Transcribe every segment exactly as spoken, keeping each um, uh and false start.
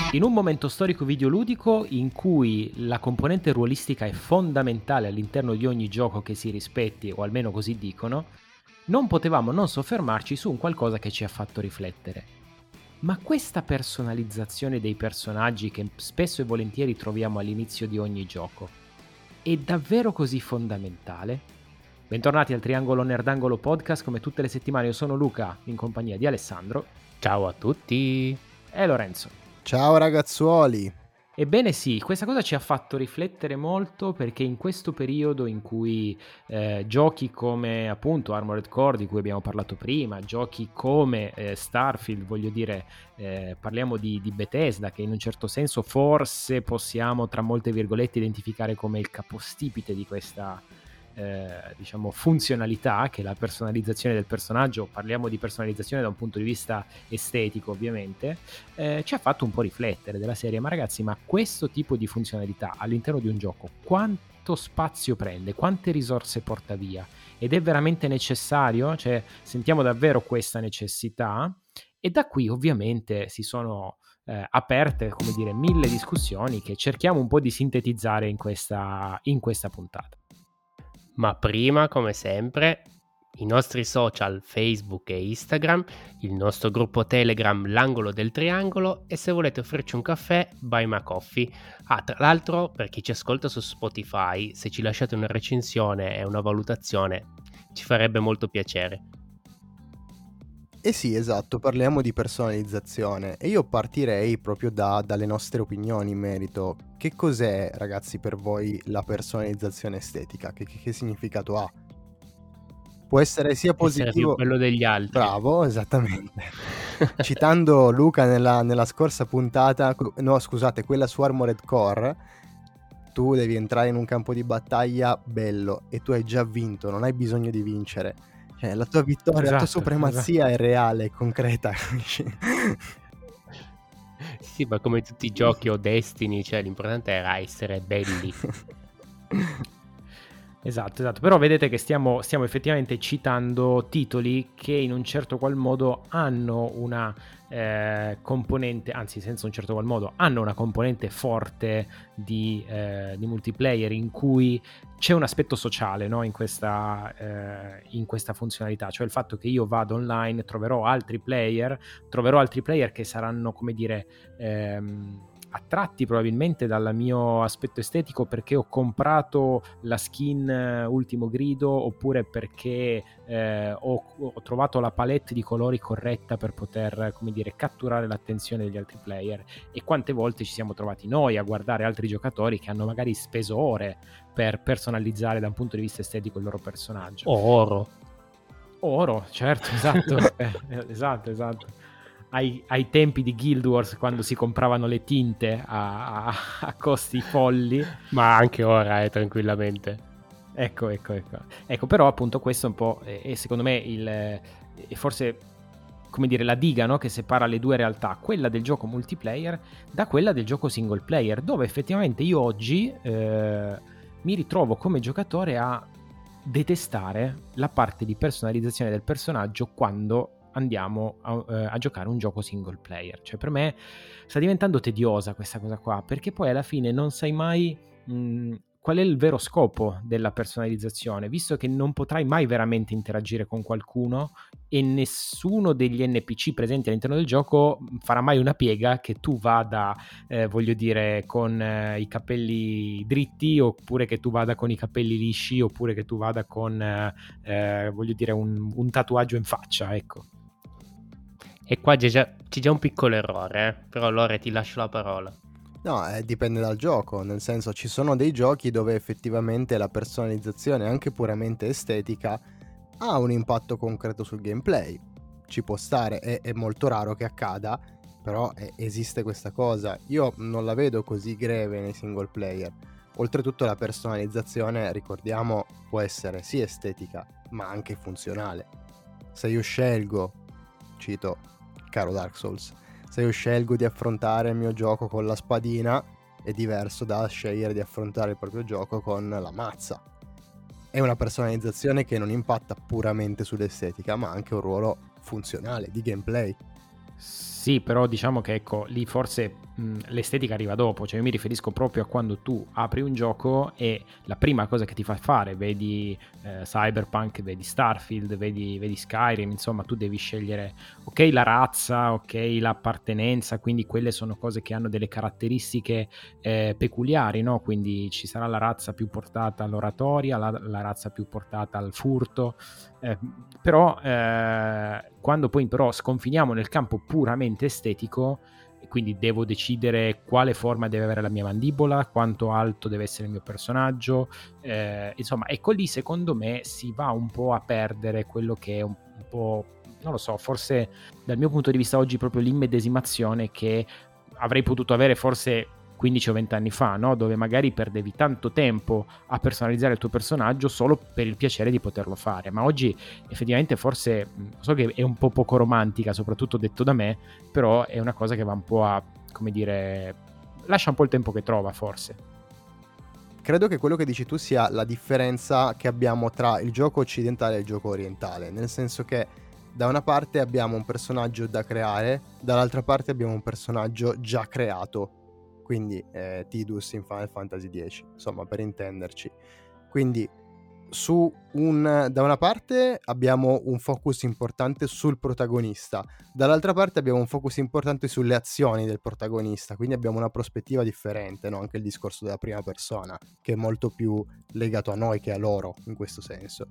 In un momento storico videoludico in cui la componente ruolistica è fondamentale all'interno di ogni gioco che si rispetti, o almeno così dicono, non potevamo non soffermarci su un qualcosa che ci ha fatto riflettere. Ma questa personalizzazione dei personaggi che spesso e volentieri troviamo all'inizio di ogni gioco è davvero così fondamentale? Bentornati al Triangolo Nerdangolo Podcast, come tutte le settimane io sono Luca in compagnia di Alessandro. Ciao a tutti. E Lorenzo. Ciao ragazzuoli. Ebbene sì, questa cosa ci ha fatto riflettere molto perché in questo periodo in cui eh, giochi come appunto Armored Core di cui abbiamo parlato prima, giochi come eh, Starfield, voglio dire, eh, parliamo di, di Bethesda che in un certo senso forse possiamo tra molte virgolette identificare come il capostipite di questa eh, diciamo funzionalità che è la personalizzazione del personaggio. Parliamo di personalizzazione da un punto di vista estetico ovviamente. Eh, ci ha fatto un po' riflettere della serie, ma ragazzi, ma questo tipo di funzionalità all'interno di un gioco quanto spazio prende, quante risorse porta via, ed è veramente necessario? Cioè, sentiamo davvero questa necessità? E da qui ovviamente si sono eh, aperte, come dire, mille discussioni che cerchiamo un po' di sintetizzare in questa, in questa puntata. Ma prima, come sempre, i nostri social Facebook e Instagram, il nostro gruppo Telegram L'Angolo del Triangolo, e se volete offrirci un caffè, Buy My Coffee. Ah, tra l'altro, per chi ci ascolta su Spotify, se ci lasciate una recensione e una valutazione, ci farebbe molto piacere. Eh sì, esatto, parliamo di personalizzazione e io partirei proprio da, dalle nostre opinioni in merito. Che cos'è, ragazzi, per voi la personalizzazione estetica? Che, che, che significato ha? Può essere sia positivo... Essere più bello degli altri. Bravo, esattamente. Citando Luca nella, nella scorsa puntata, no scusate, quella su Armored Core, tu devi entrare in un campo di battaglia bello e tu hai già vinto, non hai bisogno di vincere. Cioè, la tua vittoria, esatto, la tua supremazia esatto. è reale, è concreta. Sì, ma come tutti i giochi o Destiny, cioè l'importante era essere belli. Esatto, esatto, però vedete che stiamo, stiamo effettivamente citando titoli che in un certo qual modo hanno una eh, componente, anzi senza un certo qual modo, hanno una componente forte di, eh, di multiplayer in cui c'è un aspetto sociale, no? in, questa, eh, in questa funzionalità, cioè il fatto che io vado online, troverò altri player, troverò altri player che saranno, come dire... Ehm, attratti probabilmente dal mio aspetto estetico perché ho comprato la skin Ultimo Grido, oppure perché eh, ho, ho trovato la palette di colori corretta per poter, come dire, catturare l'attenzione degli altri player. E quante volte ci siamo trovati noi a guardare altri giocatori che hanno magari speso ore per personalizzare da un punto di vista estetico il loro personaggio. Oro. Oro, certo, esatto. eh, esatto, esatto. Ai, ai tempi di Guild Wars, quando si compravano le tinte a, a, a costi folli. Ma anche ora, eh, tranquillamente. Ecco, ecco, ecco. Ecco, però appunto questo è un po', è, è secondo me il, è forse, come dire, la diga, no? Che separa le due realtà, quella del gioco multiplayer da quella del gioco single player, dove effettivamente io oggi eh, mi ritrovo come giocatore a detestare la parte di personalizzazione del personaggio quando andiamo a, eh, a giocare un gioco single player. Cioè, per me sta diventando tediosa questa cosa qua, perché poi alla fine non sai mai mh, qual è il vero scopo della personalizzazione, visto che non potrai mai veramente interagire con qualcuno e nessuno degli N P C presenti all'interno del gioco farà mai una piega che tu vada, eh, voglio dire, con eh, i capelli dritti, oppure che tu vada con i capelli lisci, oppure che tu vada con, eh, voglio dire, un, un tatuaggio in faccia, ecco. E qua c'è già, c'è già un piccolo errore, eh? Però Lore, ti lascio la parola. No, eh, dipende dal gioco, nel senso ci sono dei giochi dove effettivamente la personalizzazione, anche puramente estetica, ha un impatto concreto sul gameplay. Ci può stare, è, è molto raro che accada, però è, esiste questa cosa. Io non la vedo così greve nei single player. Oltretutto la personalizzazione, ricordiamo, può essere sì estetica, ma anche funzionale. Se io scelgo, cito caro Dark Souls, se io scelgo di affrontare il mio gioco con la spadina, è diverso da scegliere di affrontare il proprio gioco con la mazza. È una personalizzazione che non impatta puramente sull'estetica, ma anche un ruolo funzionale, di gameplay. Sì, però diciamo che ecco, lì forse mh, l'estetica arriva dopo, cioè io mi riferisco proprio a quando tu apri un gioco e la prima cosa che ti fa fare, vedi eh, Cyberpunk, vedi Starfield, vedi, vedi Skyrim, insomma tu devi scegliere ok la razza, ok l'appartenenza, quindi quelle sono cose che hanno delle caratteristiche eh, peculiari, no? Quindi ci sarà la razza più portata all'oratoria, la, la razza più portata al furto, eh, però eh, quando poi però sconfiniamo nel campo puramente estetico, quindi devo decidere quale forma deve avere la mia mandibola, quanto alto deve essere il mio personaggio, eh, insomma ecco lì secondo me si va un po' a perdere quello che è un, un po', non lo so, forse dal mio punto di vista oggi proprio l'immedesimazione che avrei potuto avere forse quindici o venti anni fa, no? Dove magari perdevi tanto tempo a personalizzare il tuo personaggio solo per il piacere di poterlo fare, ma oggi effettivamente forse, so che è un po' poco romantica, soprattutto detto da me, però è una cosa che va un po' a, come dire, lascia un po' il tempo che trova forse. Credo che quello che dici tu sia la differenza che abbiamo tra il gioco occidentale e il gioco orientale, nel senso che da una parte abbiamo un personaggio da creare, dall'altra parte abbiamo un personaggio già creato, quindi eh, Tidus in Final Fantasy dieci, insomma, per intenderci. Quindi su un, da una parte abbiamo un focus importante sul protagonista, dall'altra parte abbiamo un focus importante sulle azioni del protagonista, quindi abbiamo una prospettiva differente, no? Anche il discorso della prima persona, che è molto più legato a noi che a loro, in questo senso.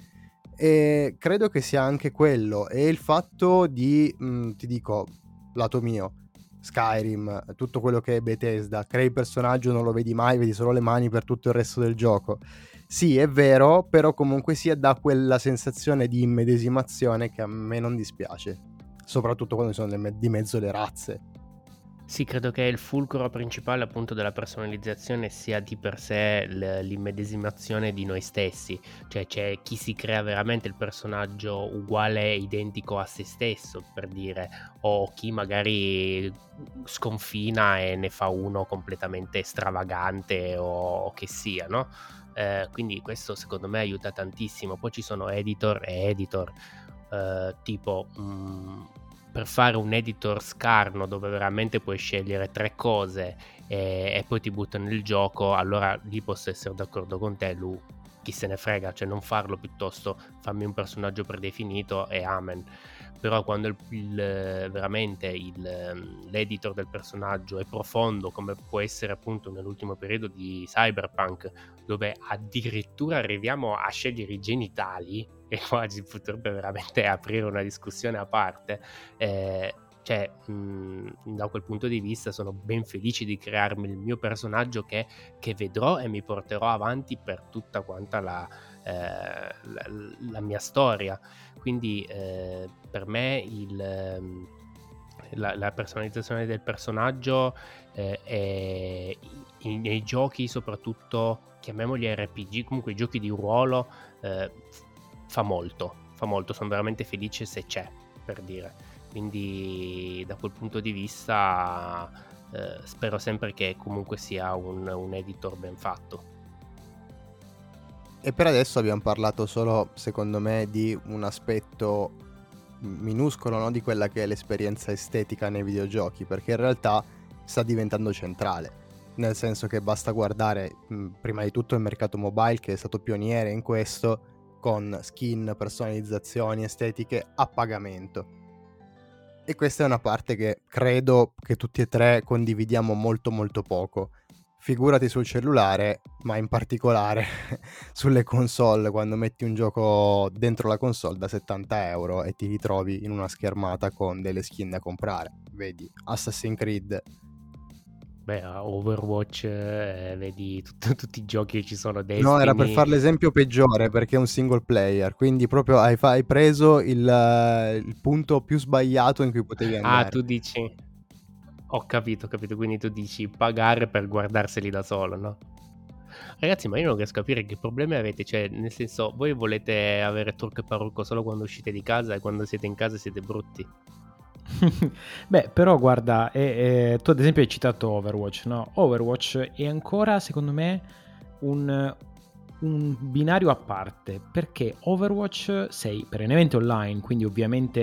E credo che sia anche quello, e il fatto di, mh, ti dico, lato mio, Skyrim, tutto quello che è Bethesda, crei il personaggio, non lo vedi mai, vedi solo le mani per tutto il resto del gioco. Sì, è vero, però comunque sia dà quella sensazione di immedesimazione che a me non dispiace, soprattutto quando sono di mezzo le razze. Sì, credo che il fulcro principale appunto della personalizzazione sia di per sé l'immedesimazione di noi stessi, cioè c'è chi si crea veramente il personaggio uguale, identico a se stesso, per dire, o chi magari sconfina e ne fa uno completamente stravagante o che sia, no? Eh, quindi questo secondo me aiuta tantissimo. Poi ci sono editor e editor, eh, tipo... Mm, per fare un editor scarno dove veramente puoi scegliere tre cose e, e poi ti buttano nel gioco, allora lì posso essere d'accordo con te, lui chi se ne frega, cioè non farlo, piuttosto fammi un personaggio predefinito e amen. Però quando il, il, veramente il, l'editor del personaggio è profondo, come può essere appunto nell'ultimo periodo di Cyberpunk, dove addirittura arriviamo a scegliere i genitali, e qua si potrebbe veramente aprire una discussione a parte, eh, cioè mh, da quel punto di vista sono ben felice di crearmi il mio personaggio che, che vedrò e mi porterò avanti per tutta quanta la, eh, la, la mia storia. Quindi eh, per me il, la, la personalizzazione del personaggio eh, è, in, nei giochi, soprattutto chiamiamoli R P G, comunque i giochi di ruolo, eh, fa molto, fa molto, sono veramente felice se c'è, per dire. Quindi da quel punto di vista eh, spero sempre che comunque sia un, un editor ben fatto. E per adesso abbiamo parlato solo, secondo me, di un aspetto minuscolo, no? Di quella che è l'esperienza estetica nei videogiochi, perché in realtà sta diventando centrale, nel senso che basta guardare mh, prima di tutto il mercato mobile, che è stato pioniere in questo, con skin, personalizzazioni, estetiche a pagamento. E questa è una parte che credo che tutti e tre condividiamo molto molto poco. Figurati sul cellulare, ma in particolare sulle console, quando metti un gioco dentro la console da settanta euro e ti ritrovi in una schermata con delle skin da comprare. Vedi Assassin's Creed. Beh, Overwatch, eh, vedi tut- tutti i giochi che ci sono, Destiny. No, era per fare l'esempio peggiore, perché è un single player, quindi proprio hai, fa- hai preso il, uh, il punto più sbagliato in cui potevi andare. Ah, tu dici... Ho capito, ho capito, quindi tu dici pagare per guardarseli da solo, no? Ragazzi, ma io non riesco a capire che problemi avete, cioè, nel senso, voi volete avere trucco e parrucco solo quando uscite di casa e quando siete in casa siete brutti? Beh, però guarda, eh, eh, tu ad esempio hai citato Overwatch, no? Overwatch è ancora, secondo me, un, un binario a parte, perché Overwatch sei perennemente online, quindi ovviamente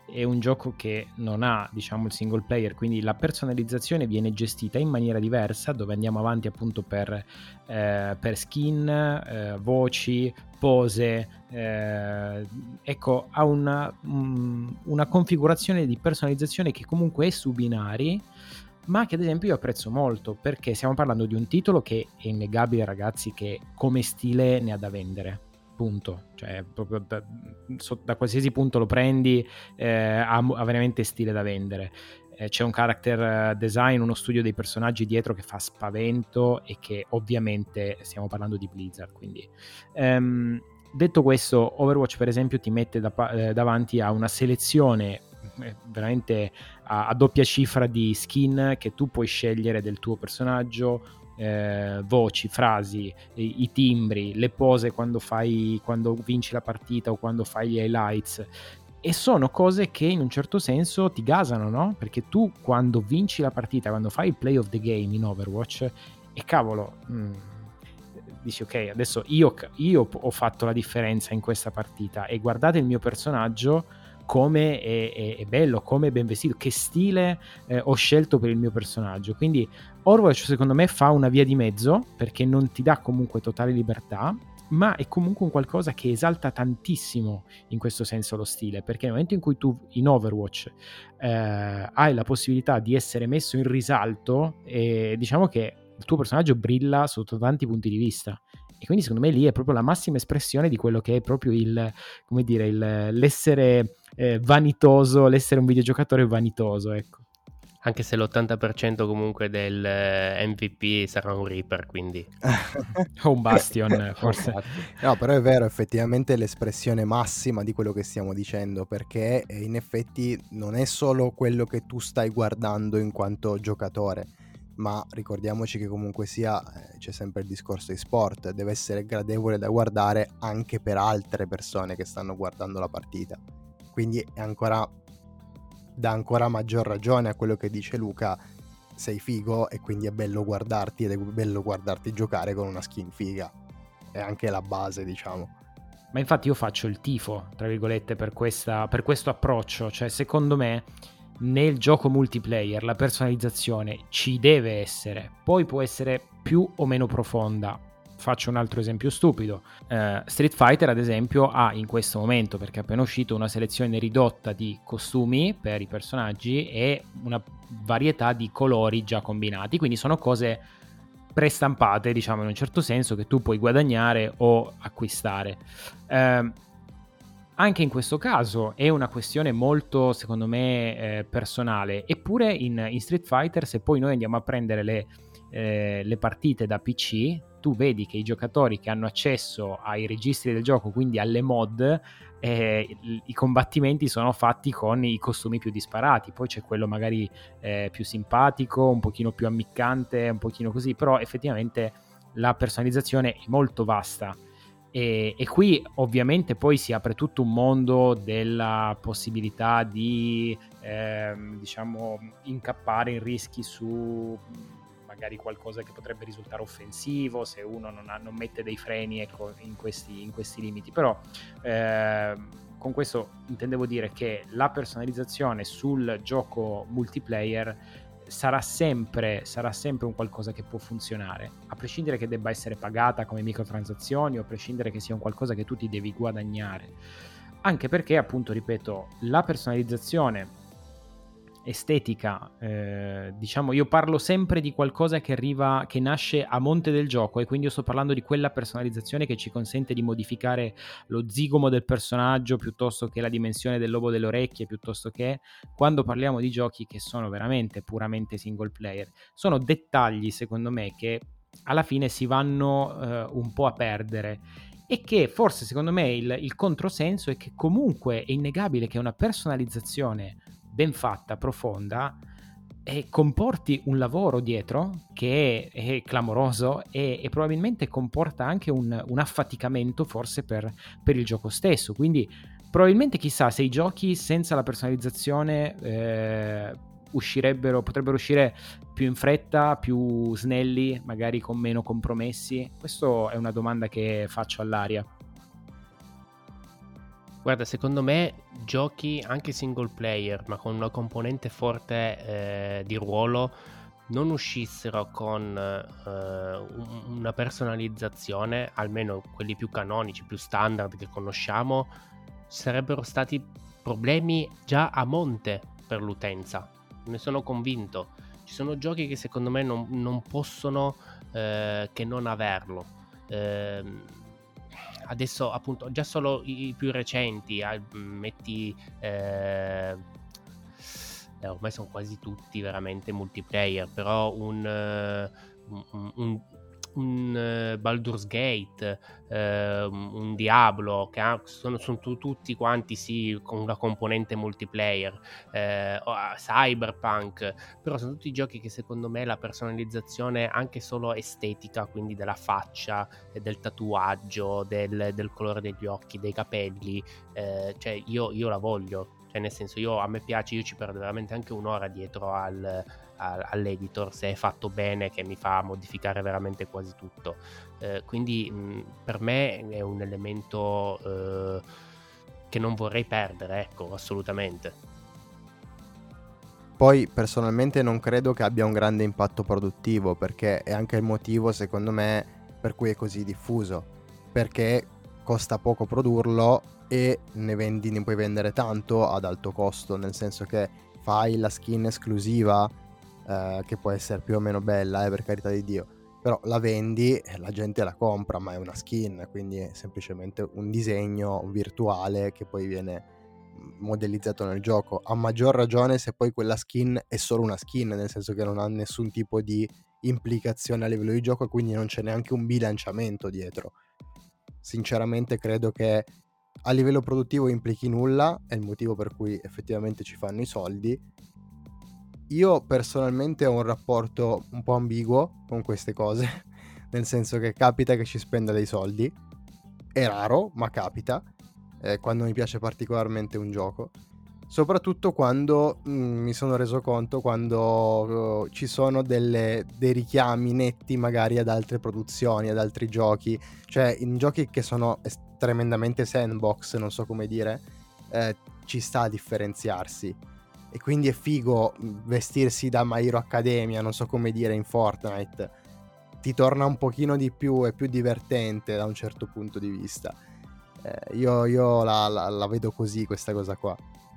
è un gioco che non ha, diciamo, il single player, quindi la personalizzazione viene gestita in maniera diversa, dove andiamo avanti appunto per, eh, per skin, eh, voci, pose, eh, ecco, ha una, um, una configurazione di personalizzazione che comunque è su binari, ma che ad esempio io apprezzo molto, perché stiamo parlando di un titolo che è innegabile, ragazzi, che come stile ne ha da vendere, punto. Cioè proprio da, da qualsiasi punto lo prendi, eh, ha, ha veramente stile da vendere. Eh, c'è un character design, uno studio dei personaggi dietro che fa spavento, e che ovviamente stiamo parlando di Blizzard, quindi ehm, detto questo, Overwatch per esempio ti mette da, eh, davanti a una selezione veramente a, a doppia cifra di skin che tu puoi scegliere del tuo personaggio, eh, voci, frasi, i, i timbri, le pose quando fai, quando vinci la partita o quando fai gli highlights, e sono cose che in un certo senso ti gasano, no? Perché tu quando vinci la partita, quando fai il play of the game in Overwatch, e cavolo, mh, dici ok, adesso io, io ho fatto la differenza in questa partita, e guardate il mio personaggio come è, è, è bello, come è ben vestito, che stile eh, ho scelto per il mio personaggio. Quindi Overwatch secondo me fa una via di mezzo, perché non ti dà comunque totale libertà, ma è comunque un qualcosa che esalta tantissimo in questo senso lo stile, perché nel momento in cui tu in Overwatch eh, hai la possibilità di essere messo in risalto, eh, diciamo che il tuo personaggio brilla sotto tanti punti di vista, e quindi secondo me lì è proprio la massima espressione di quello che è proprio il, come dire, il, l'essere eh, vanitoso, l'essere un videogiocatore vanitoso, ecco. Anche se l'ottanta per cento comunque del M V P sarà un Reaper, quindi o un Bastion forse. No, però è vero, effettivamente è l'espressione massima di quello che stiamo dicendo, perché in effetti non è solo quello che tu stai guardando in quanto giocatore, ma ricordiamoci che comunque sia eh, c'è sempre il discorso di sport, deve essere gradevole da guardare anche per altre persone che stanno guardando la partita, quindi è ancora dà ancora maggior ragione a quello che dice Luca: sei figo e quindi è bello guardarti, ed è bello guardarti giocare con una skin figa, è anche la base, diciamo. Ma infatti io faccio il tifo, tra virgolette, per, questa, per questo approccio, cioè secondo me nel gioco multiplayer la personalizzazione ci deve essere, poi può essere più o meno profonda. Faccio un altro esempio stupido, uh, Street Fighter ad esempio ha in questo momento, perché è appena uscito, una selezione ridotta di costumi per i personaggi e una varietà di colori già combinati, quindi sono cose prestampate, diciamo, in un certo senso, che tu puoi guadagnare o acquistare. Uh, Anche in questo caso è una questione molto, secondo me, eh, personale. Eppure in, in Street Fighter, se poi noi andiamo a prendere le, eh, le partite da P C, tu vedi che i giocatori che hanno accesso ai registri del gioco, quindi alle mod, eh, i, i combattimenti sono fatti con i costumi più disparati. Poi c'è quello magari eh, più simpatico, un pochino più ammiccante, un pochino così, però effettivamente la personalizzazione è molto vasta. E, e qui ovviamente poi si apre tutto un mondo della possibilità di ehm, diciamo incappare in rischi su magari qualcosa che potrebbe risultare offensivo se uno non, ha, non mette dei freni, ecco, in questi, in questi limiti. Però ehm, con questo intendevo dire che la personalizzazione sul gioco multiplayer sarà sempre, sarà sempre un qualcosa che può funzionare, a prescindere che debba essere pagata come microtransazioni, o a prescindere che sia un qualcosa che tu ti devi guadagnare, anche perché, appunto, ripeto, la personalizzazione estetica, eh, diciamo, io parlo sempre di qualcosa che arriva, che nasce a monte del gioco, e quindi io sto parlando di quella personalizzazione che ci consente di modificare lo zigomo del personaggio, piuttosto che la dimensione del lobo delle orecchie, piuttosto che quando parliamo di giochi che sono veramente puramente single player. Sono dettagli, secondo me, che alla fine si vanno eh, un po' a perdere, e che forse, secondo me, il, il controsenso è che comunque è innegabile che una personalizzazione ben fatta, profonda, e comporti un lavoro dietro che è, è clamoroso, e, e probabilmente comporta anche un, un affaticamento forse per, per il gioco stesso. Quindi probabilmente, chissà, se i giochi senza la personalizzazione eh, uscirebbero, potrebbero uscire più in fretta, più snelli, magari con meno compromessi. Questa è una domanda che faccio all'aria. Guarda, secondo me giochi anche single player, ma con una componente forte eh, di ruolo, non uscissero con eh, una personalizzazione, almeno quelli più canonici, più standard che conosciamo, sarebbero stati problemi già a monte per l'utenza. Ne sono convinto. Ci sono giochi che secondo me non, non possono eh, che non averlo. Eh, adesso appunto già solo i, i più recenti, eh, metti... Eh, Eh, ormai sono quasi tutti veramente multiplayer, però un, uh, un, un, un uh, Baldur's Gate, uh, un Diablo, che ha, sono, sono tu, tutti quanti sì con una componente multiplayer, uh, Cyberpunk, però sono tutti giochi che secondo me la personalizzazione anche solo estetica, quindi della faccia, del tatuaggio, del, del colore degli occhi, dei capelli, uh, cioè io, io la voglio. Cioè nel senso, io a me piace, io ci perdo veramente anche un'ora dietro al, al, all'editor se è fatto bene, che mi fa modificare veramente quasi tutto, eh, quindi mh, per me è un elemento eh, che non vorrei perdere, ecco, assolutamente. Poi personalmente non credo che abbia un grande impatto produttivo, perché è anche il motivo secondo me per cui è così diffuso, perché costa poco produrlo e ne vendi, ne puoi vendere tanto ad alto costo, nel senso che fai la skin esclusiva eh, che può essere più o meno bella, eh, per carità di Dio, però la vendi e la gente la compra, ma è una skin, quindi è semplicemente un disegno virtuale che poi viene modellizzato nel gioco. A maggior ragione se poi quella skin è solo una skin, nel senso che non ha nessun tipo di implicazione a livello di gioco e quindi non c'è neanche un bilanciamento dietro. Sinceramente credo che a livello produttivo implichi nulla, è il motivo per cui effettivamente ci fanno i soldi. Io personalmente ho un rapporto un po' ambiguo con queste cose, nel senso che capita che ci spenda dei soldi, è raro ma capita, eh, quando mi piace particolarmente un gioco, soprattutto quando mh, mi sono reso conto quando uh, ci sono delle, dei richiami netti magari ad altre produzioni, ad altri giochi, cioè in giochi che sono est- tremendamente sandbox, non so come dire, eh, ci sta a differenziarsi e quindi è figo vestirsi da My Hero Academia, non so come dire, in Fortnite, ti torna un pochino di più, è più divertente da un certo punto di vista. eh, io, io la, la, la vedo così questa cosa qua.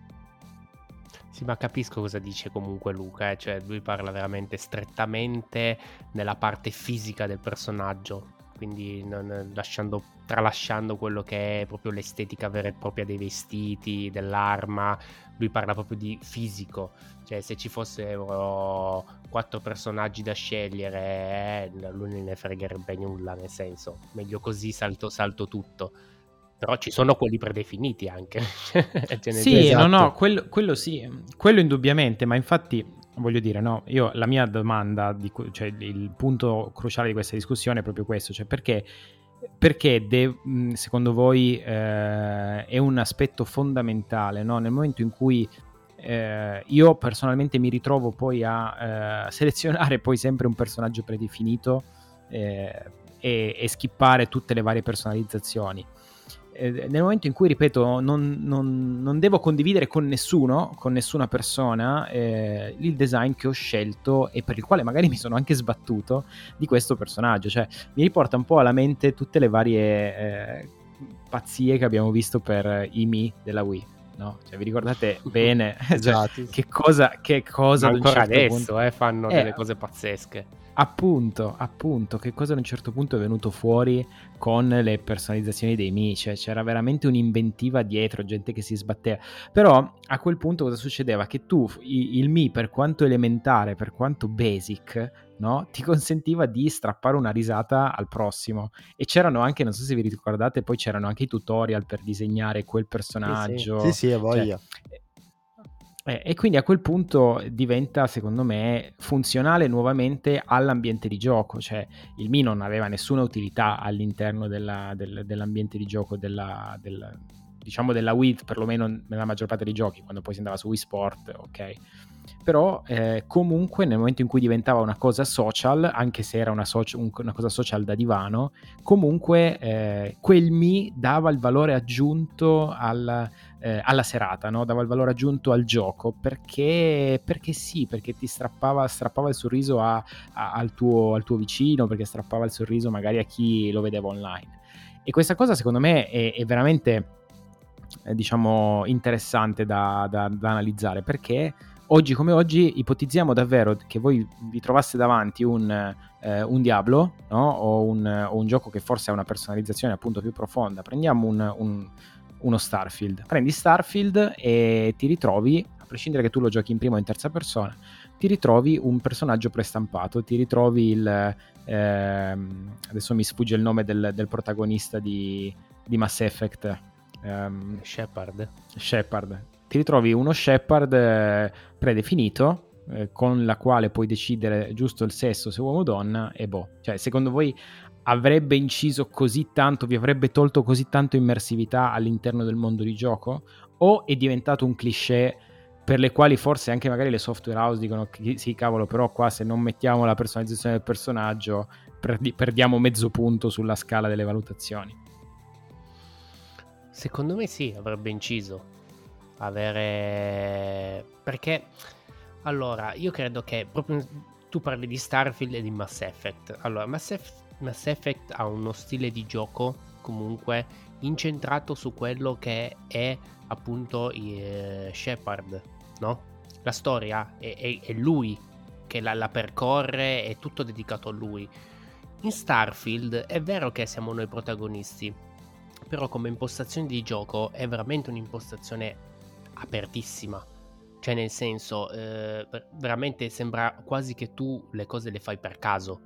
Sì, ma capisco cosa dice comunque Luca, eh? Cioè lui parla veramente strettamente nella parte fisica del personaggio, quindi non, lasciando, tralasciando quello che è proprio l'estetica vera e propria dei vestiti, dell'arma. Lui parla proprio di fisico, cioè se ci fossero quattro personaggi da scegliere, eh, lui non ne fregherebbe nulla, nel senso, meglio così, salto, salto tutto. Però ci sono quelli predefiniti anche. Sì, esatto. no, no, quello, quello sì, quello indubbiamente, ma infatti voglio dire, no, io la mia domanda, di, cioè il punto cruciale di questa discussione è proprio questo, cioè perché, perché de, secondo voi eh, è un aspetto fondamentale, no? Nel momento in cui eh, io personalmente mi ritrovo poi a eh, selezionare poi sempre un personaggio predefinito eh, e, e skippare tutte le varie personalizzazioni. Nel momento in cui, ripeto, non, non, non devo condividere con nessuno, con nessuna persona, eh, il design che ho scelto e per il quale magari mi sono anche sbattuto di questo personaggio, cioè mi riporta un po' alla mente tutte le varie eh, pazzie che abbiamo visto per i Mi della Wii, no? Cioè vi ricordate bene Esatto. Cioè, che cosa, che cosa ma ancora certo adesso punto... eh, fanno eh, delle cose pazzesche. Appunto, appunto, che cosa a un certo punto è venuto fuori con le personalizzazioni dei Mi, cioè c'era veramente un'inventiva dietro, gente che si sbatteva, però a quel punto cosa succedeva? Che tu, il Mi, per quanto elementare, per quanto basic, no? Ti consentiva di strappare una risata al prossimo, e c'erano anche, non so se vi ricordate, poi c'erano anche i tutorial per disegnare quel personaggio. Sì, sì, a voglia. Cioè, Eh, e quindi a quel punto diventa, secondo me, funzionale nuovamente all'ambiente di gioco, cioè il Mi non aveva nessuna utilità all'interno della, del, dell'ambiente di gioco della, del, diciamo della Wii, perlomeno nella maggior parte dei giochi, quando poi si andava su Wii Sport, ok. Però eh, comunque nel momento in cui diventava una cosa social, anche se era una, soci- un, una cosa social da divano, comunque eh, quel mi dava il valore aggiunto al, eh, alla serata, no? Dava il valore aggiunto al gioco, perché, perché sì, perché ti strappava, strappava il sorriso a, a, al, tuo, al tuo vicino, perché strappava il sorriso magari a chi lo vedeva online. E questa cosa secondo me è, è veramente eh, diciamo interessante da, da, da analizzare, perché oggi come oggi ipotizziamo davvero che voi vi trovaste davanti un, eh, un Diablo, no? o, un, o un gioco che forse ha una personalizzazione appunto più profonda. Prendiamo un, un, uno Starfield. Prendi Starfield e ti ritrovi, a prescindere che tu lo giochi in prima o in terza persona, ti ritrovi un personaggio prestampato, ti ritrovi il... Ehm, adesso mi sfugge il nome del, del protagonista di, di Mass Effect. Um, Shepard. Shepard. Ti ritrovi uno Shepard eh, predefinito eh, con la quale puoi decidere giusto il sesso, se uomo o donna, e boh. Cioè, secondo voi avrebbe inciso così tanto, vi avrebbe tolto così tanto immersività all'interno del mondo di gioco? O è diventato un cliché per le quali forse anche magari le software house dicono che sì, cavolo, però qua se non mettiamo la personalizzazione del personaggio perdi- perdiamo mezzo punto sulla scala delle valutazioni? Secondo me sì, avrebbe inciso avere, perché allora io credo che proprio tu parli di Starfield e di Mass Effect. Allora Mass, Eff- Mass Effect ha uno stile di gioco comunque incentrato su quello che è appunto eh, Shepard, no? La storia è, è, è lui che la, la percorre, è tutto dedicato a lui. In Starfield è vero che siamo noi protagonisti, però come impostazione di gioco è veramente un'impostazione apertissima. Cioè nel senso, eh, veramente sembra quasi che tu le cose le fai per caso.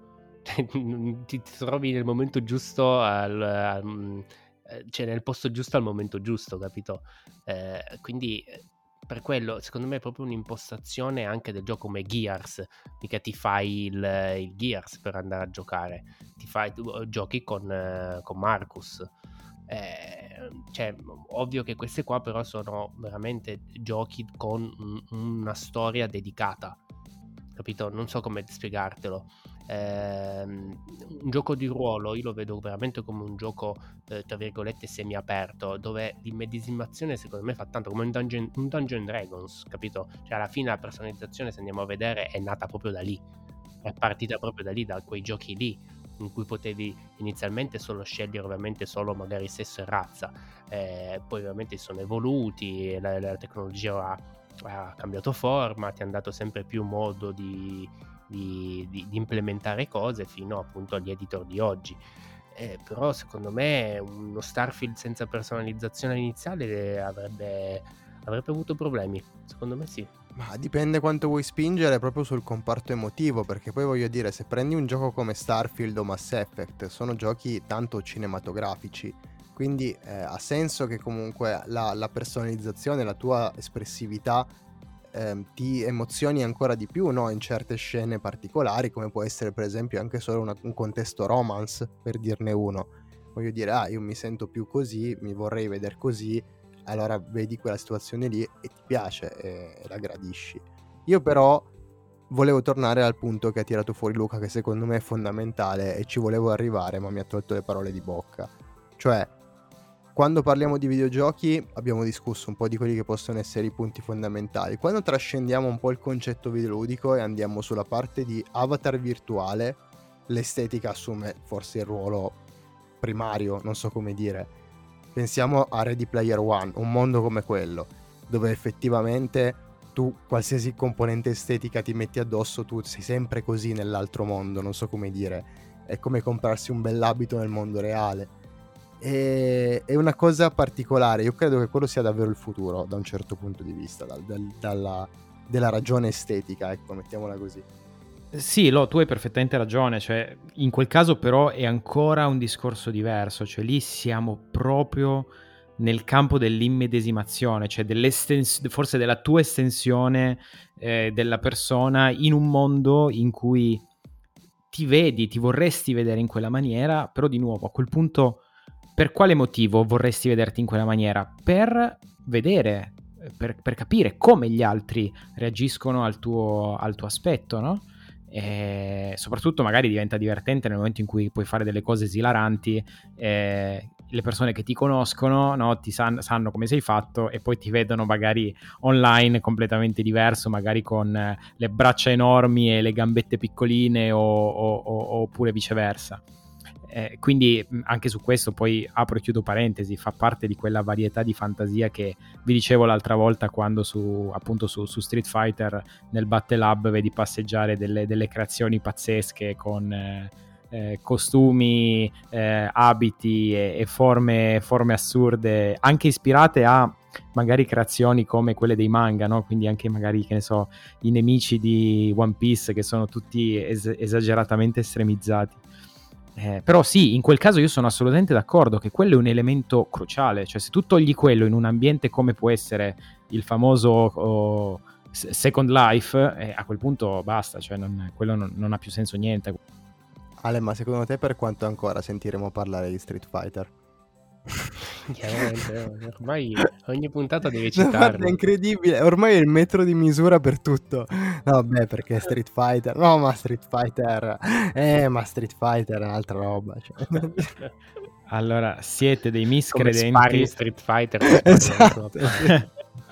Ti trovi nel momento giusto, al, al, cioè nel posto giusto al momento giusto, capito? Eh, quindi per quello secondo me è proprio un'impostazione anche del gioco come Gears. Mica ti fai il, il Gears per andare a giocare, ti fai, giochi con, con Marcus. Eh, cioè, ovvio che queste qua però sono veramente giochi con un, una storia dedicata, capito? Non so come spiegartelo. Eh, un gioco di ruolo io lo vedo veramente come un gioco eh, tra virgolette semi aperto, dove l'immedesimazione secondo me fa tanto come un Dungeon, un Dungeon Dragons, capito? Cioè alla fine la personalizzazione, se andiamo a vedere, è nata proprio da lì, è partita proprio da lì, da quei giochi lì in cui potevi inizialmente solo scegliere ovviamente solo magari sesso e razza, eh, poi ovviamente sono evoluti, la, la tecnologia ha, ha cambiato forma, ti hanno dato sempre più modo di, di, di, di implementare cose fino appunto agli editor di oggi. Eh, però secondo me uno Starfield senza personalizzazione iniziale avrebbe, avrebbe avuto problemi, secondo me sì. Ma dipende quanto vuoi spingere proprio sul comparto emotivo, perché poi voglio dire, se prendi un gioco come Starfield o Mass Effect, sono giochi tanto cinematografici, quindi eh, ha senso che comunque la, la personalizzazione, la tua espressività eh, ti emozioni ancora di più, no? In certe scene particolari, come può essere per esempio anche solo una, un contesto romance, per dirne uno. Voglio dire, ah, io mi sento più così, mi vorrei vedere così, allora vedi quella situazione lì e ti piace e, e la gradisci. Io però volevo tornare al punto che ha tirato fuori Luca, che secondo me è fondamentale e ci volevo arrivare, ma mi ha tolto le parole di bocca. Cioè, quando parliamo di videogiochi abbiamo discusso un po' di quelli che possono essere i punti fondamentali. Quando trascendiamo un po' il concetto videoludico e andiamo sulla parte di avatar virtuale, l'estetica assume forse il ruolo primario, non so come dire. Pensiamo a Ready Player One, un mondo come quello, dove effettivamente tu qualsiasi componente estetica ti metti addosso, tu sei sempre così nell'altro mondo, non so come dire. È come comprarsi un bell'abito nel mondo reale. E, è una cosa particolare, io credo che quello sia davvero il futuro, da un certo punto di vista, dal, dal, dalla, della ragione estetica, ecco, mettiamola così. Sì, Lo, tu hai perfettamente ragione, cioè in quel caso però è ancora un discorso diverso, cioè lì siamo proprio nel campo dell'immedesimazione, cioè forse della tua estensione eh, della persona in un mondo in cui ti vedi, ti vorresti vedere in quella maniera, però di nuovo a quel punto per quale motivo vorresti vederti in quella maniera? Per vedere, per, per capire come gli altri reagiscono al tuo, al tuo aspetto, no? E soprattutto magari diventa divertente nel momento in cui puoi fare delle cose esilaranti, eh, le persone che ti conoscono, no, ti san- sanno come sei fatto e poi ti vedono magari online completamente diverso, magari con eh, le braccia enormi e le gambette piccoline o, o, o, oppure viceversa. Eh, quindi anche su questo poi apro e chiudo parentesi, fa parte di quella varietà di fantasia che vi dicevo l'altra volta quando su appunto su, su Street Fighter nel Battle Lab vedi passeggiare delle, delle creazioni pazzesche con eh, eh, costumi, eh, abiti e, e forme, forme assurde, anche ispirate a magari creazioni come quelle dei manga, no? Quindi anche magari, che ne so, i nemici di One Piece che sono tutti es- esageratamente estremizzati. Eh, però sì, in quel caso io sono assolutamente d'accordo che quello è un elemento cruciale, cioè se tu togli quello in un ambiente come può essere il famoso oh, Second Life, eh, a quel punto basta, cioè non, quello non, non ha più senso niente. Ale, ma secondo te per quanto ancora sentiremo parlare di Street Fighter? Chiaramente, ormai ogni puntata devi No, guarda, citarlo. è incredibile, ormai è il metro di misura per tutto. No, beh, perché Street Fighter, no, ma Street Fighter, eh, ma Street Fighter è un'altra roba, cioè. Allora, siete dei Come spari miscredenti. in Street Fighter, tu spari Esatto, nella sì. tua-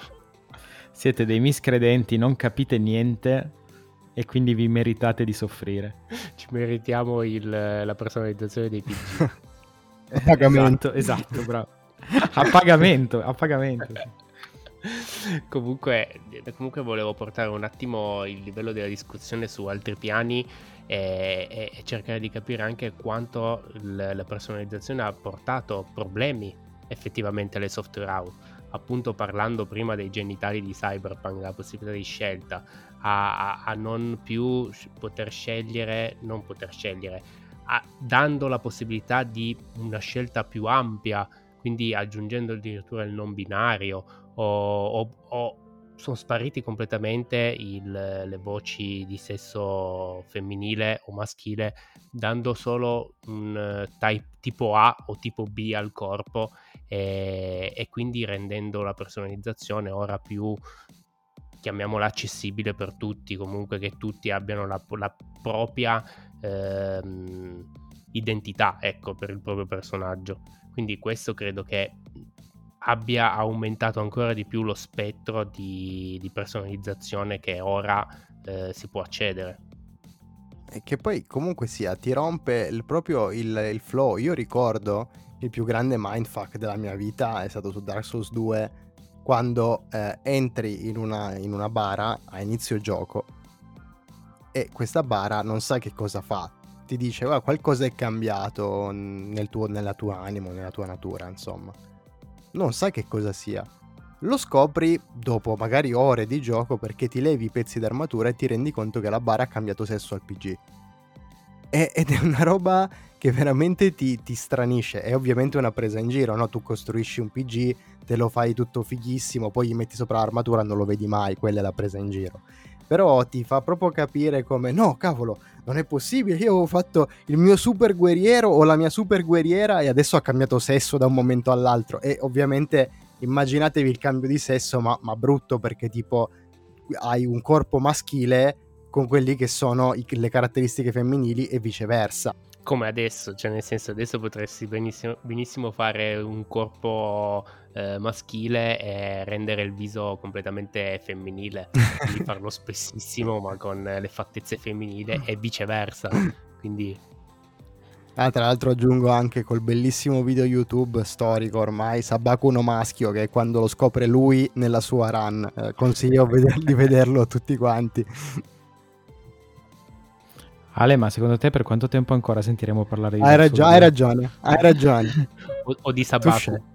Siete dei miscredenti, non capite niente e quindi vi meritate di soffrire. Ci meritiamo il- la personalizzazione dei P G. A pagamento. Esatto, esatto, bravo. A pagamento, a pagamento. Sì. comunque, comunque volevo portare un attimo il livello della discussione su altri piani e, e- e cercare di capire anche quanto il- la personalizzazione ha portato problemi effettivamente alle software house. Appunto, parlando prima dei genitali di Cyberpunk, la possibilità di scelta, a, a- a non più sc- poter scegliere, non poter scegliere, a- dando la possibilità di una scelta più ampia, quindi aggiungendo addirittura il non binario, o, o- o sono spariti completamente il- le voci di sesso femminile o maschile, dando solo un eh, type, tipo A o tipo B al corpo, e, e quindi rendendo la personalizzazione ora più, chiamiamola, accessibile per tutti, comunque che tutti abbiano la, la propria ehm, identità, ecco, per il proprio personaggio. Quindi questo credo che abbia aumentato ancora di più lo spettro di, di personalizzazione che ora eh, si può accedere. E che poi comunque sia, ti rompe il, proprio il, il flow. Io ricordo il più grande mindfuck della mia vita è stato su Dark Souls due, quando eh, entri in una, in una bara a inizio gioco e questa bara non sai che cosa fa, ti dice guarda, qualcosa è cambiato nel tuo, nella tua anima, nella tua natura, insomma non sai che cosa sia, lo scopri dopo magari ore di gioco perché ti levi i pezzi d'armatura e ti rendi conto che la bara ha cambiato sesso al P G. E, ed è una roba che veramente ti, ti stranisce. È ovviamente una presa in giro, no? Tu costruisci un P G, te lo fai tutto fighissimo, poi gli metti sopra l'armatura, non lo vedi mai, quella è la presa in giro. Però ti fa proprio capire come, no, cavolo, non è possibile, io avevo fatto il mio super guerriero o la mia super guerriera e adesso ha cambiato sesso da un momento all'altro. E ovviamente immaginatevi il cambio di sesso, ma, ma brutto, perché tipo hai un corpo maschile con quelli che sono i, le caratteristiche femminili e viceversa. Come adesso, cioè nel senso, adesso potresti benissimo, benissimo fare un corpo eh, maschile e rendere il viso completamente femminile, quindi farlo spessissimo ma con le fattezze femminili e viceversa, quindi... Ah, tra l'altro aggiungo anche col bellissimo video YouTube storico ormai, Sabakuno maschio, che è quando lo scopre lui nella sua run, eh, consiglio veder- di vederlo a tutti quanti. Ale, ma secondo te per quanto tempo ancora sentiremo parlare di Hai, Dark ragio- Souls hai due? ragione, hai ragione. o, o di Tu Sabaku. scegli.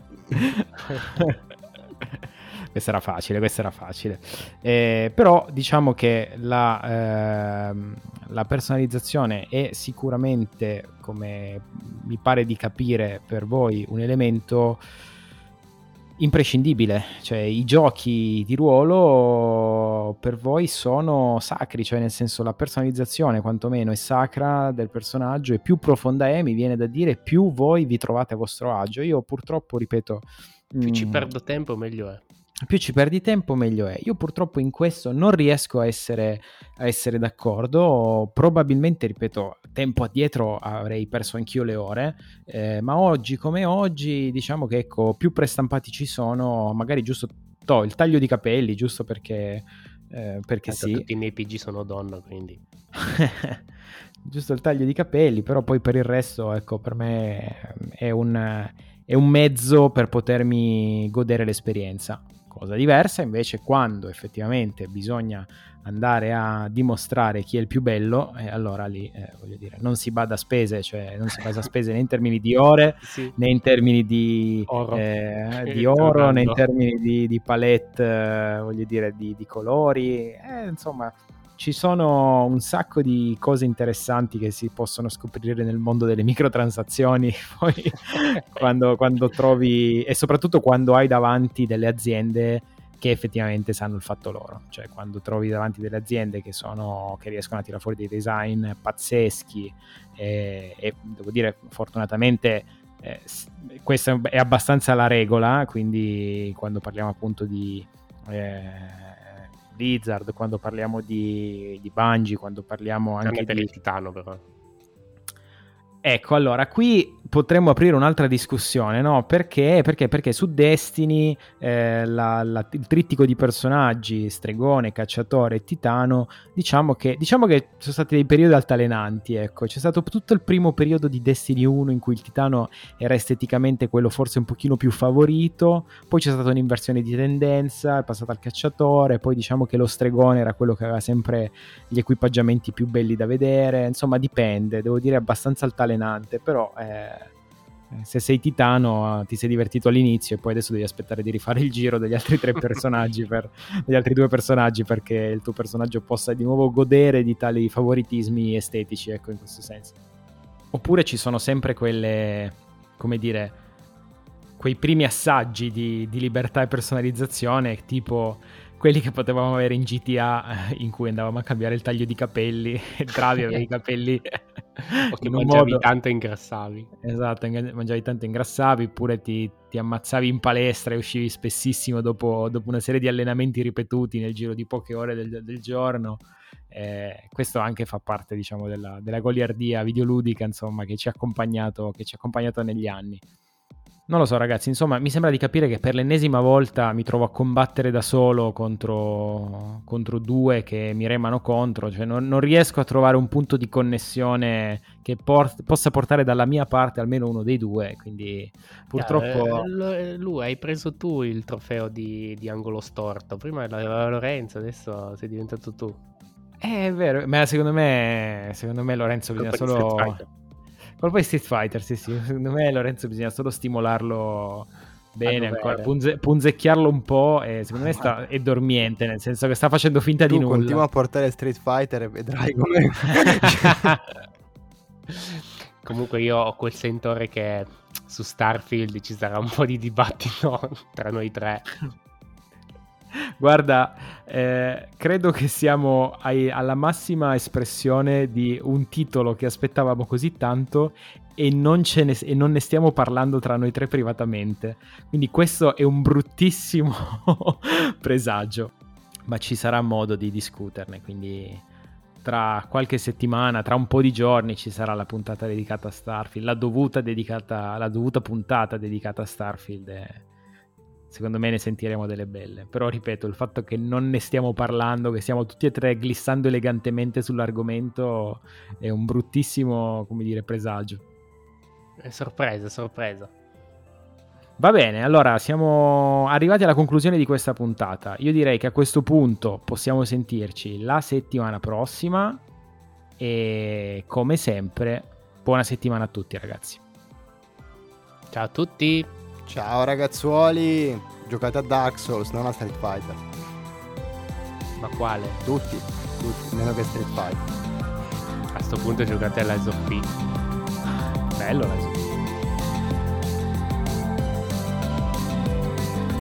Questa era facile, questa era facile. Eh, però diciamo che la, ehm, la personalizzazione è sicuramente, come mi pare di capire per voi, un elemento imprescindibile, cioè i giochi di ruolo per voi sono sacri, cioè nel senso la personalizzazione quantomeno è sacra del personaggio e più profonda è, mi viene da dire, più voi vi trovate a vostro agio. Io purtroppo, ripeto, più mh, ci perdo tempo meglio è. Più ci perdi tempo meglio è. Io purtroppo in questo non riesco a essere, a essere d'accordo. Probabilmente, ripeto, tempo addietro avrei perso anch'io le ore, eh, ma oggi come oggi diciamo che ecco, più prestampati ci sono, magari giusto to, il taglio di capelli, giusto perché, eh, perché Tanto sì. tutti i miei P G sono donna, quindi giusto il taglio di capelli, però poi per il resto, ecco, per me è un, è un mezzo per potermi godere l'esperienza. Cosa diversa invece quando effettivamente bisogna andare a dimostrare chi è il più bello, e allora lì eh, voglio dire non si bada a spese, cioè non si bada a spese né in termini di ore sì. né in termini di oro, eh, di oro né in termini di, di palette, eh, voglio dire di, di colori, eh, insomma ci sono un sacco di cose interessanti che si possono scoprire nel mondo delle microtransazioni poi quando, quando trovi, e soprattutto quando hai davanti delle aziende che effettivamente sanno il fatto loro, cioè quando trovi davanti delle aziende che sono che riescono a tirare fuori dei design pazzeschi e, e devo dire fortunatamente eh, questa è abbastanza la regola, quindi quando parliamo appunto di eh, Blizzard, quando parliamo di, di Bungie, quando parliamo anche per di il Titano però. Ecco, allora, qui potremmo aprire un'altra discussione, no? Perché? Perché, perché su Destiny eh, la, la, il trittico di personaggi, stregone, cacciatore e titano, diciamo che, diciamo che sono stati dei periodi altalenanti, ecco. C'è stato tutto il primo periodo di Destiny uno in cui il titano era esteticamente quello forse un pochino più favorito, poi c'è stata un'inversione di tendenza, è passato al cacciatore, poi diciamo che lo stregone era quello che aveva sempre gli equipaggiamenti più belli da vedere, insomma dipende, devo dire abbastanza altalenante, però eh, se sei titano ti sei divertito all'inizio e poi adesso devi aspettare di rifare il giro degli altri tre personaggi per, degli altri due personaggi perché il tuo personaggio possa di nuovo godere di tali favoritismi estetici, ecco, in questo senso. Oppure ci sono sempre quelle, come dire, quei primi assaggi di, di libertà e personalizzazione, tipo quelli che potevamo avere in G T A, in cui andavamo a cambiare il taglio di capelli, entravi, avevi i capelli o che in mangiavi modo... tanto e ingrassavi. Esatto, mangiavi tanto e ingrassavi, oppure ti, ti ammazzavi in palestra e uscivi spessissimo dopo, dopo una serie di allenamenti ripetuti nel giro di poche ore del, del giorno. Eh, questo anche fa parte, diciamo, della, della goliardia videoludica, insomma, che ci ha accompagnato, che ci ha accompagnato negli anni. Non lo so, ragazzi, insomma, mi sembra di capire che per l'ennesima volta mi trovo a combattere da solo contro, contro due che mi remano contro, cioè non, non riesco a trovare un punto di connessione che port- possa portare dalla mia parte almeno uno dei due, quindi purtroppo... Eh, lui, hai preso tu il trofeo di, di angolo storto, prima l'aveva Lorenzo, adesso sei diventato tu. Eh, è vero, ma secondo me, secondo me Lorenzo bisogna solo... Colpo di Street Fighter, sì, sì. Secondo me Lorenzo bisogna solo stimolarlo bene, ancora punze- punzecchiarlo un po', e secondo me sta, è dormiente, nel senso che sta facendo finta tu di nulla. Continua a portare Street Fighter e vedrai come... Comunque io ho quel sentore che su Starfield ci sarà un po' di dibattito tra noi tre. Guarda, eh, credo che siamo ai, alla massima espressione di un titolo che aspettavamo così tanto e non, ce ne, e non ne stiamo parlando tra noi tre privatamente. Quindi questo è un bruttissimo presagio, ma ci sarà modo di discuterne, quindi tra qualche settimana, tra un po' di giorni ci sarà la puntata dedicata a Starfield, la dovuta, dedicata, la dovuta puntata dedicata a Starfield e secondo me ne sentiremo delle belle. Però ripeto, il fatto che non ne stiamo parlando, che stiamo tutti e tre glissando elegantemente sull'argomento, è un bruttissimo, come dire, presagio. È sorpresa, sorpresa. Va bene, allora siamo arrivati alla conclusione di questa puntata. Io direi che a questo punto possiamo sentirci la settimana prossima e come sempre buona settimana a tutti, ragazzi. Ciao a tutti. Ciao ragazzuoli, giocate a Dark Souls, non a Street Fighter. Ma quale? Tutti, tutti, meno che Street Fighter. A sto punto giocate alla Lies of P. Bello Lies of P.